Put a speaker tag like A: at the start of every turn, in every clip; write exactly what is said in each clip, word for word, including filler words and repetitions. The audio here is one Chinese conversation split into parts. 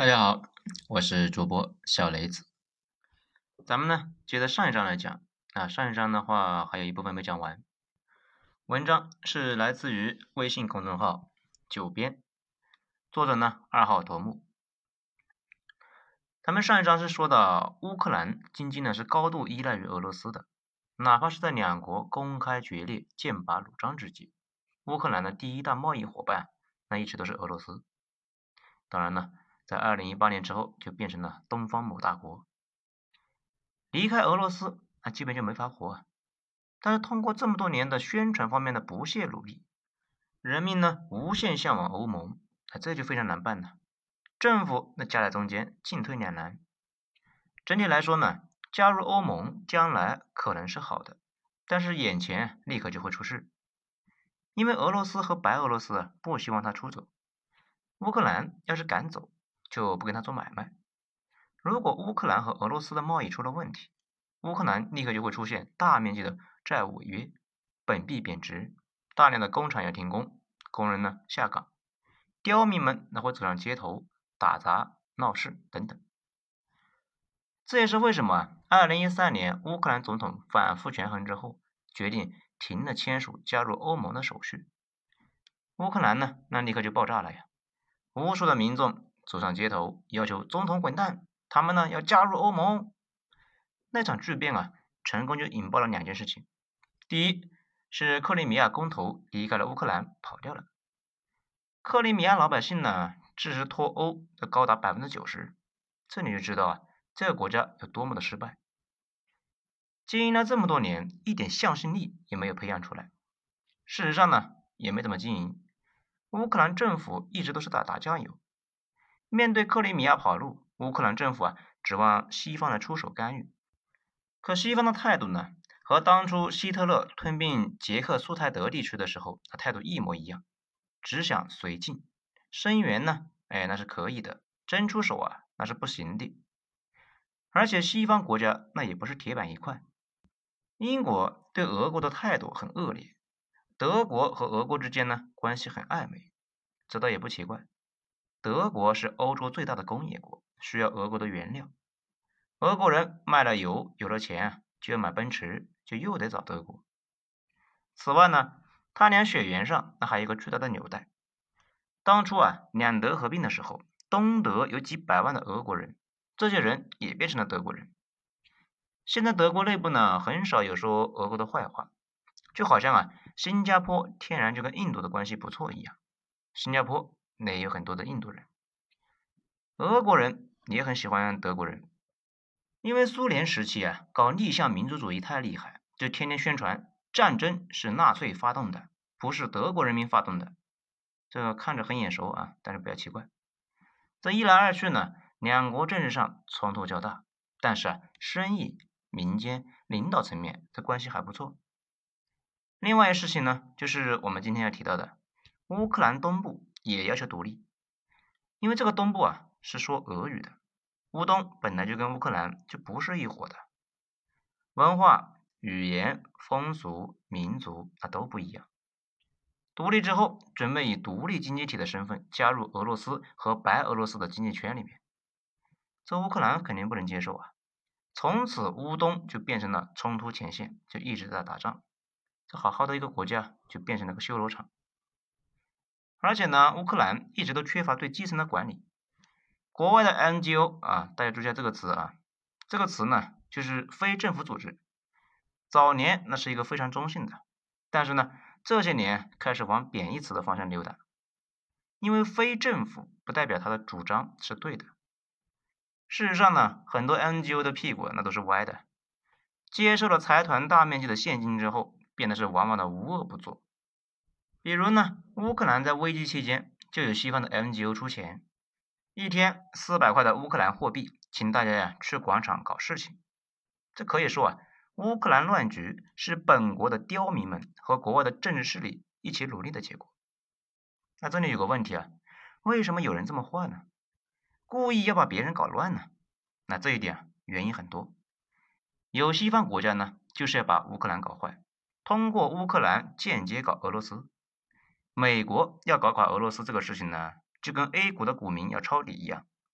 A: 大家好，我是主播小雷子。咱们呢接着上一章来讲啊，上一章的话还有一部分没讲完。文章是来自于微信公众号九编，作者呢二号头目。咱们上一章是说到乌克兰经济呢是高度依赖于俄罗斯的，哪怕是在两国公开决裂、剑拔弩张之际，乌克兰的第一大贸易伙伴那一直都是俄罗斯。当然呢，在二零一八年之后就变成了东方某大国。离开俄罗斯，那基本就没法活啊。但是通过这么多年的宣传方面的不懈努力，人民呢无限向往欧盟，啊，这就非常难办了。政府那夹在中间，进退两难。整体来说呢，加入欧盟将来可能是好的，但是眼前立刻就会出事，因为俄罗斯和白俄罗斯不希望他出走。乌克兰要是敢走，就不跟他做买卖。如果乌克兰和俄罗斯的贸易出了问题，乌克兰立刻就会出现大面积的债务违约，本币贬值，大量的工厂要停工，工人呢下岗，刁民们那会走上街头打砸闹事等等。这也是为什么二零一三年乌克兰总统反复权衡之后，决定停了签署加入欧盟的手续。乌克兰呢，那立刻就爆炸了呀！无数的民众走上街头，要求总统滚蛋，他们呢要加入欧盟。那场巨变啊，成功就引爆了两件事情。第一是克里米亚公投离开了乌克兰，跑掉了。克里米亚老百姓呢支持脱欧的高达百分之九十，这你就知道啊，这个国家有多么的失败。经营了这么多年，一点向心力也没有培养出来。事实上呢，也没怎么经营。乌克兰政府一直都是打打酱油。面对克里米亚跑路，乌克兰政府啊指望西方来出手干预。可西方的态度呢，和当初希特勒吞并捷克苏台德地区的时候，他态度一模一样，只想绥靖。声援呢，哎，那是可以的，真出手啊，那是不行的。而且西方国家那也不是铁板一块。英国对俄国的态度很恶劣，德国和俄国之间呢关系很暧昧，这倒也不奇怪。德国是欧洲最大的工业国，需要俄国的原料。俄国人卖了油，有了钱就要买奔驰，就又得找德国。此外呢，他俩血缘上那还有一个巨大的纽带。当初啊，两德合并的时候，东德有几百万的俄国人，这些人也变成了德国人。现在德国内部呢，很少有说俄国的坏话，就好像啊，新加坡天然就跟印度的关系不错一样。新加坡那也有很多的印度人，俄国人也很喜欢德国人。因为苏联时期啊，搞逆向民族主义太厉害，就天天宣传战争是纳粹发动的，不是德国人民发动的。这个看着很眼熟啊，但是不要奇怪。这一来二去呢，两国政治上冲突较大，但是啊，生意、民间、领导层面这关系还不错。另外一事情呢，就是我们今天要提到的，乌克兰东部也要求独立，因为这个东部啊是说俄语的。乌东本来就跟乌克兰就不是一伙的，文化、语言、风俗、民族那都不一样。独立之后，准备以独立经济体的身份加入俄罗斯和白俄罗斯的经济圈里面，这乌克兰肯定不能接受啊！从此乌东就变成了冲突前线，就一直在打仗，这好好的一个国家就变成了个修罗场。而且呢，乌克兰一直都缺乏对基层的管理。国外的 N G O 啊，大家注意下这个词啊，这个词呢就是非政府组织。早年那是一个非常中性的，但是呢这些年开始往贬义词的方向溜达，因为非政府不代表他的主张是对的。事实上呢，很多 N G O 的屁股那都是歪的，接受了财团大面积的现金之后，变得是往往的无恶不作。比如呢，乌克兰在危机期间就有西方的 N G O 出钱。一天四百块的乌克兰货币，请大家呀去广场搞事情。这可以说啊，乌克兰乱局是本国的刁民们和国外的政治势力一起努力的结果。那这里有个问题啊，为什么有人这么坏呢？故意要把别人搞乱呢？那这一点原因很多。有西方国家呢，就是要把乌克兰搞坏，通过乌克兰间接搞俄罗斯。美国要搞垮俄罗斯这个事情呢，就跟 A 股的股民要抄底一样，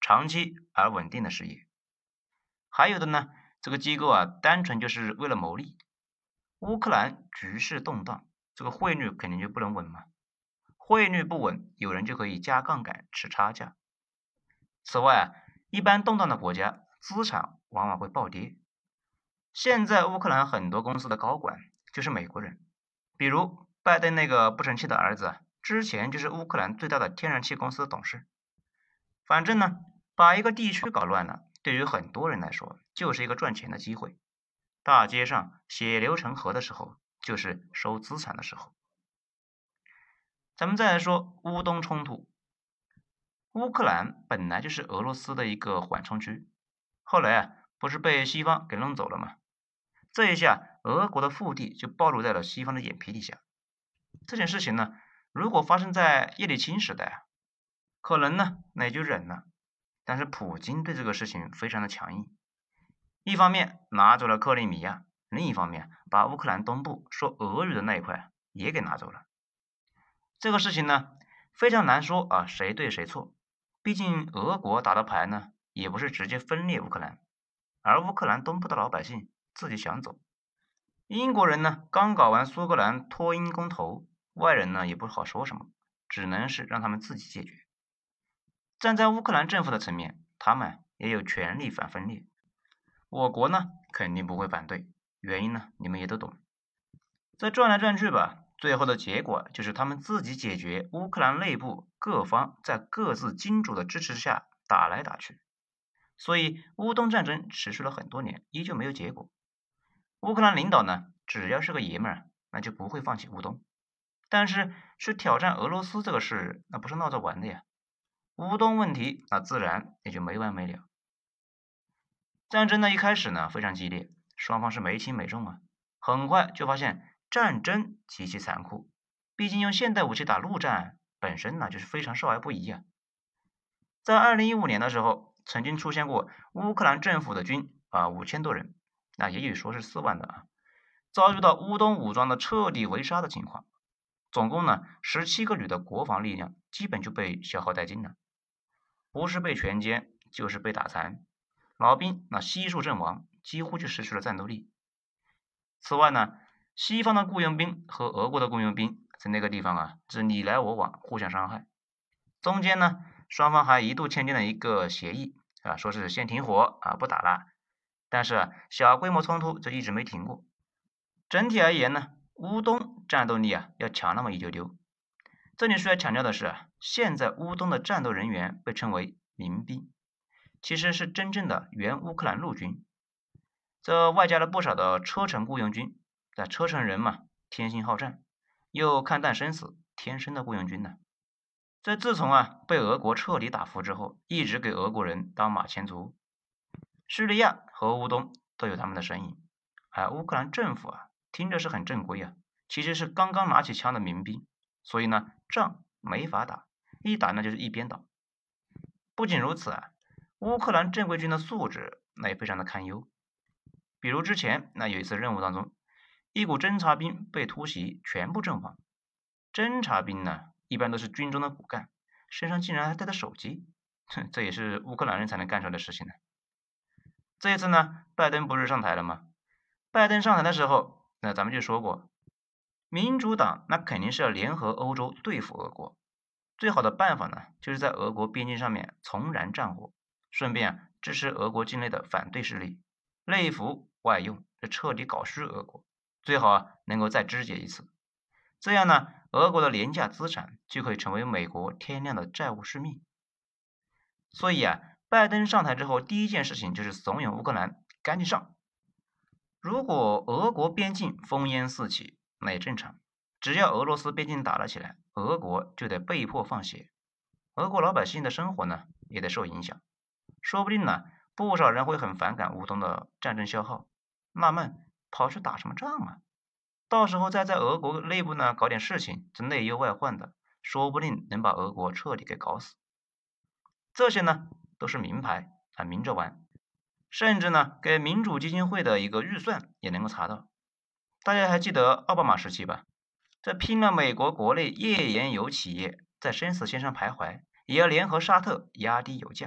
A: 长期而稳定的事业。还有的呢，这个机构啊，单纯就是为了牟利。乌克兰局势动荡，这个汇率肯定就不能稳嘛，汇率不稳，有人就可以加杠杆吃差价。此外啊，一般动荡的国家资产往往会暴跌。现在乌克兰很多公司的高管就是美国人，比如拜登那个不成器的儿子，之前就是乌克兰最大的天然气公司的董事。反正呢，把一个地区搞乱了，对于很多人来说就是一个赚钱的机会。大街上血流成河的时候，就是收资产的时候。咱们再来说乌东冲突。乌克兰本来就是俄罗斯的一个缓冲区，后来啊，不是被西方给弄走了吗？这一下，俄国的腹地就暴露在了西方的眼皮底下。这件事情呢，如果发生在叶利钦时代啊，可能呢，那也就忍了。但是普京对这个事情非常的强硬，一方面拿走了克里米亚，另一方面把乌克兰东部说俄语的那一块也给拿走了。这个事情呢，非常难说啊，谁对谁错。毕竟俄国打的牌呢，也不是直接分裂乌克兰，而乌克兰东部的老百姓自己想走。英国人呢，刚搞完苏格兰脱英公投，外人呢也不好说什么，只能是让他们自己解决。站在乌克兰政府的层面，他们也有权利反分裂。我国呢，肯定不会反对，原因呢，你们也都懂。这转来转去吧，最后的结果就是他们自己解决乌克兰内部各方在各自金主的支持下打来打去，所以乌东战争持续了很多年，依旧没有结果。乌克兰领导呢，只要是个爷们儿，那就不会放弃乌东。但是去挑战俄罗斯这个事，那不是闹着玩的呀。乌东问题，那自然也就没完没了。战争的一开始呢，非常激烈，双方是没轻没重啊。很快就发现战争极其残酷，毕竟用现代武器打陆战本身呢就是非常少儿不宜啊。在二零一五年的时候，曾经出现过乌克兰政府的军啊五千多人，那也有说是四万的啊，遭遇到乌东武装的彻底围杀的情况。总共呢十七个旅的国防力量基本就被消耗殆尽了，不是被全歼就是被打残，老兵那悉数阵亡，几乎就失去了战斗力。此外呢，西方的雇佣兵和俄国的雇佣兵在那个地方啊，是你来我往，互相伤害。中间呢，双方还一度签订了一个协议啊，说是先停火啊，不打了。但是小规模冲突就一直没停过。整体而言呢，乌东战斗力啊要强那么一丢丢。这里需要强调的是，现在乌东的战斗人员被称为民兵，其实是真正的原乌克兰陆军。这外加了不少的车臣雇佣军，在车臣人嘛，天性好战，又看淡生死，天生的雇佣军呢。这自从啊被俄国彻底打服之后，一直给俄国人当马前卒。叙利亚和乌东都有他们的身影，而乌克兰政府啊听着是很正规啊，其实是刚刚拿起枪的民兵，所以呢仗没法打，一打呢就是一边倒。不仅如此啊，乌克兰正规军的素质那也非常的堪忧。比如之前那有一次任务当中，一股侦察兵被突袭，全部阵亡。侦察兵呢，一般都是军中的骨干，身上竟然还带着手机，哼，这也是乌克兰人才能干出来的事情呢。这一次呢，拜登不是上台了吗？拜登上台的时候，那咱们就说过，民主党那肯定是要联合欧洲对付俄国，最好的办法呢，就是在俄国边境上面重燃战火，顺便啊支持俄国境内的反对势力，内服外用，这彻底搞虚俄国，最好啊能够再肢解一次。这样呢，俄国的廉价资产就可以成为美国天量的债务续命。所以啊，拜登上台之后，第一件事情就是怂恿乌克兰赶紧上。如果俄国边境烽烟四起，那也正常，只要俄罗斯边境打了起来，俄国就得被迫放血，俄国老百姓的生活呢也得受影响。说不定呢，不少人会很反感乌东的战争消耗，纳闷跑去打什么仗啊？到时候再在俄国内部呢搞点事情，这内忧外患的，说不定能把俄国彻底给搞死。这些呢都是明牌啊，明着玩，甚至呢给民主基金会的一个预算也能够查到。大家还记得奥巴马时期吧？这拼了美国国内页岩油企业在生死线上徘徊，也要联合沙特压低油价，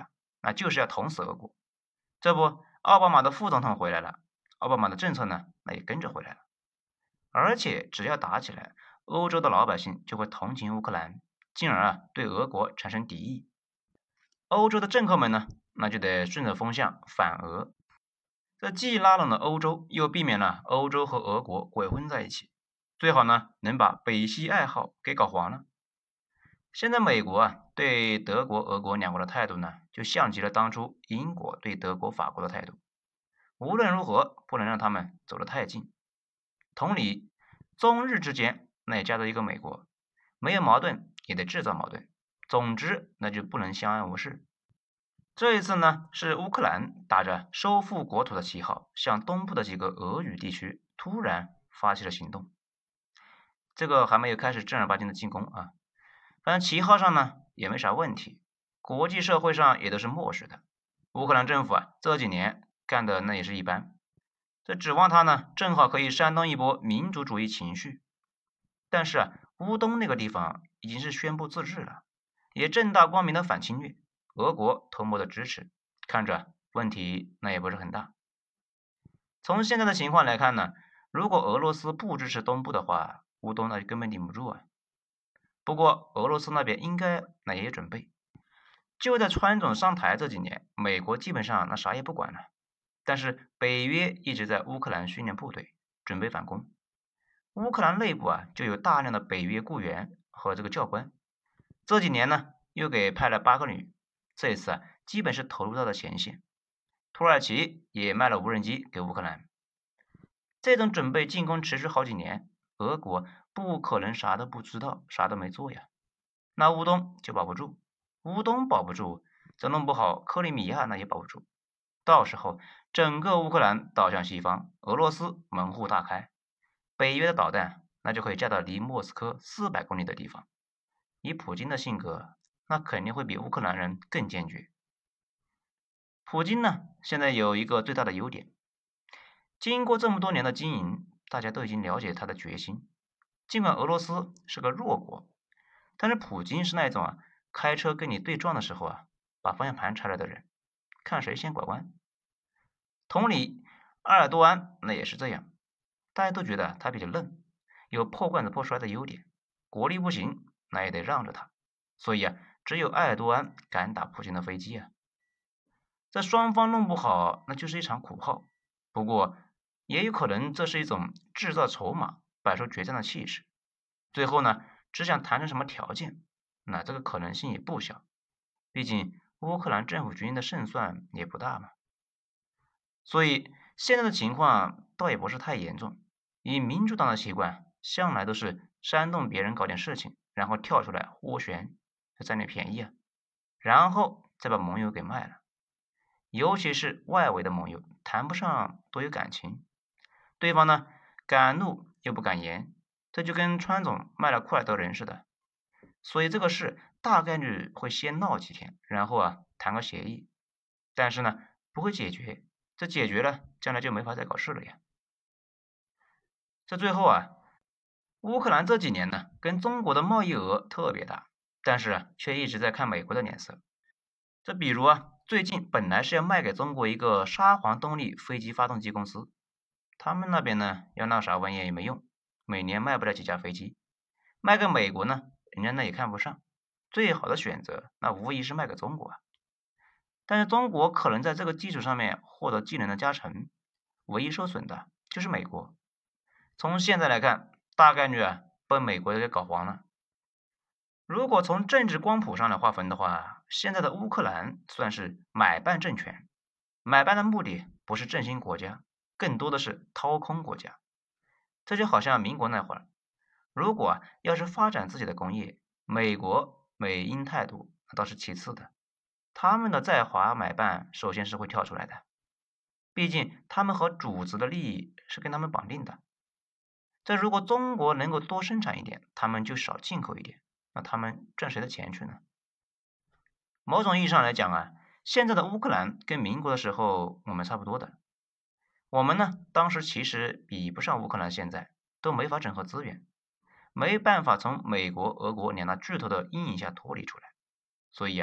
A: 那就是要捅死俄国。这不，奥巴马的副总统回来了，奥巴马的政策呢，那也跟着回来了。而且只要打起来，欧洲的老百姓就会同情乌克兰，进而啊对俄国产生敌意。欧洲的政客们呢，那就得顺着风向反俄，这既拉拢了欧洲，又避免了欧洲和俄国鬼混在一起，最好呢能把北溪爱好给搞黄了。现在美国啊对德国、俄国两国的态度呢，就像极了当初英国对德国、法国的态度。无论如何，不能让他们走得太近。同理，中日之间那也夹着一个美国，没有矛盾也得制造矛盾。总之，那就不能相安无事。这一次呢，是乌克兰打着收复国土的旗号，向东部的几个俄语地区突然发起了行动。这个还没有开始正儿八经的进攻啊，反正旗号上呢也没啥问题，国际社会上也都是默许的。乌克兰政府啊这几年干的那也是一般，这指望他呢正好可以煽动一波民族主义情绪。但是啊，乌东那个地方已经是宣布自治了，也正大光明的反侵略，俄国偷摸的支持，看着问题那也不是很大。从现在的情况来看呢，如果俄罗斯不支持东部的话，乌东那就根本顶不住啊。不过俄罗斯那边应该那也有准备，就在川总上台这几年，美国基本上那啥也不管了，但是北约一直在乌克兰训练部队，准备反攻。乌克兰内部啊就有大量的北约雇员和这个教官，这几年呢又给派了八个旅，这一次啊基本是投入到了前线。土耳其也卖了无人机给乌克兰。这种准备进攻持续好几年，俄国不可能啥都不知道，啥都没做呀。那乌东就保不住，乌东保不住，这弄不好克里米亚那也保不住。到时候整个乌克兰倒向西方，俄罗斯门户大开，北约的导弹那就可以架到离莫斯科四百公里的地方。以普京的性格，那肯定会比乌克兰人更坚决。普京呢，现在有一个最大的优点，经过这么多年的经营，大家都已经了解他的决心。尽管俄罗斯是个弱国，但是普京是那种啊，开车跟你对撞的时候啊，把方向盘拆了的人，看谁先拐弯。同理，埃尔多安那也是这样，大家都觉得他比较嫩，有破罐子破摔的优点，国力不行，那也得让着他。所以啊，只有埃尔多安敢打普京的飞机啊。这双方弄不好，那就是一场苦炮。不过，也有可能这是一种制造筹码、摆出决战的气势。最后呢，只想谈成什么条件，那这个可能性也不小。毕竟乌克兰政府军的胜算也不大嘛。所以现在的情况倒也不是太严重。以民主党的习惯，向来都是煽动别人搞点事情，然后跳出来斡旋，占点便宜啊，然后再把盟友给卖了。尤其是外围的盟友，谈不上多有感情，对方呢敢怒又不敢言，这就跟川总卖了库尔德人似的。所以这个事大概率会先闹几天，然后啊谈个协议，但是呢不会解决，这解决了将来就没法再搞事了呀。这最后啊，乌克兰这几年呢跟中国的贸易额特别大，但是却一直在看美国的脸色。这比如啊，最近本来是要卖给中国一个沙皇动力飞机发动机公司，他们那边呢要闹啥玩意也没用，每年卖不了几架飞机。卖给美国呢，人家那也看不上，最好的选择那无疑是卖给中国啊。但是中国可能在这个基础上面获得技能的加成，唯一受损的就是美国。从现在来看，大概率啊被美国给搞黄了。如果从政治光谱上来划分的话，现在的乌克兰算是买办政权，买办的目的不是振兴国家，更多的是掏空国家。这就好像民国那会儿，如果要是发展自己的工业，美国美英态度那倒是其次的，他们的在华买办首先是会跳出来的，毕竟他们和主子的利益是跟他们绑定的。这如果中国能够多生产一点，他们就少进口一点，那他们赚谁的钱去呢？某种意义上来讲啊，现在的乌克兰跟民国的时候我们差不多的。我们呢，当时其实比不上乌克兰，现在都没法整合资源，没办法从美国、俄国两大巨头的阴影下脱离出来。所以啊，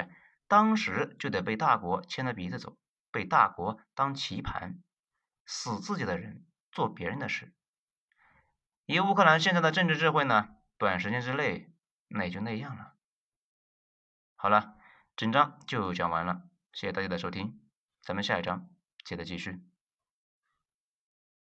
A: 当时就得被大国牵着鼻子走，被大国当棋盘，死自己的人做别人的事。以乌克兰现在的政治智慧呢，短时间之内那也就那样了。好了，整章就讲完了，谢谢大家的收听，咱们下一章接着继续。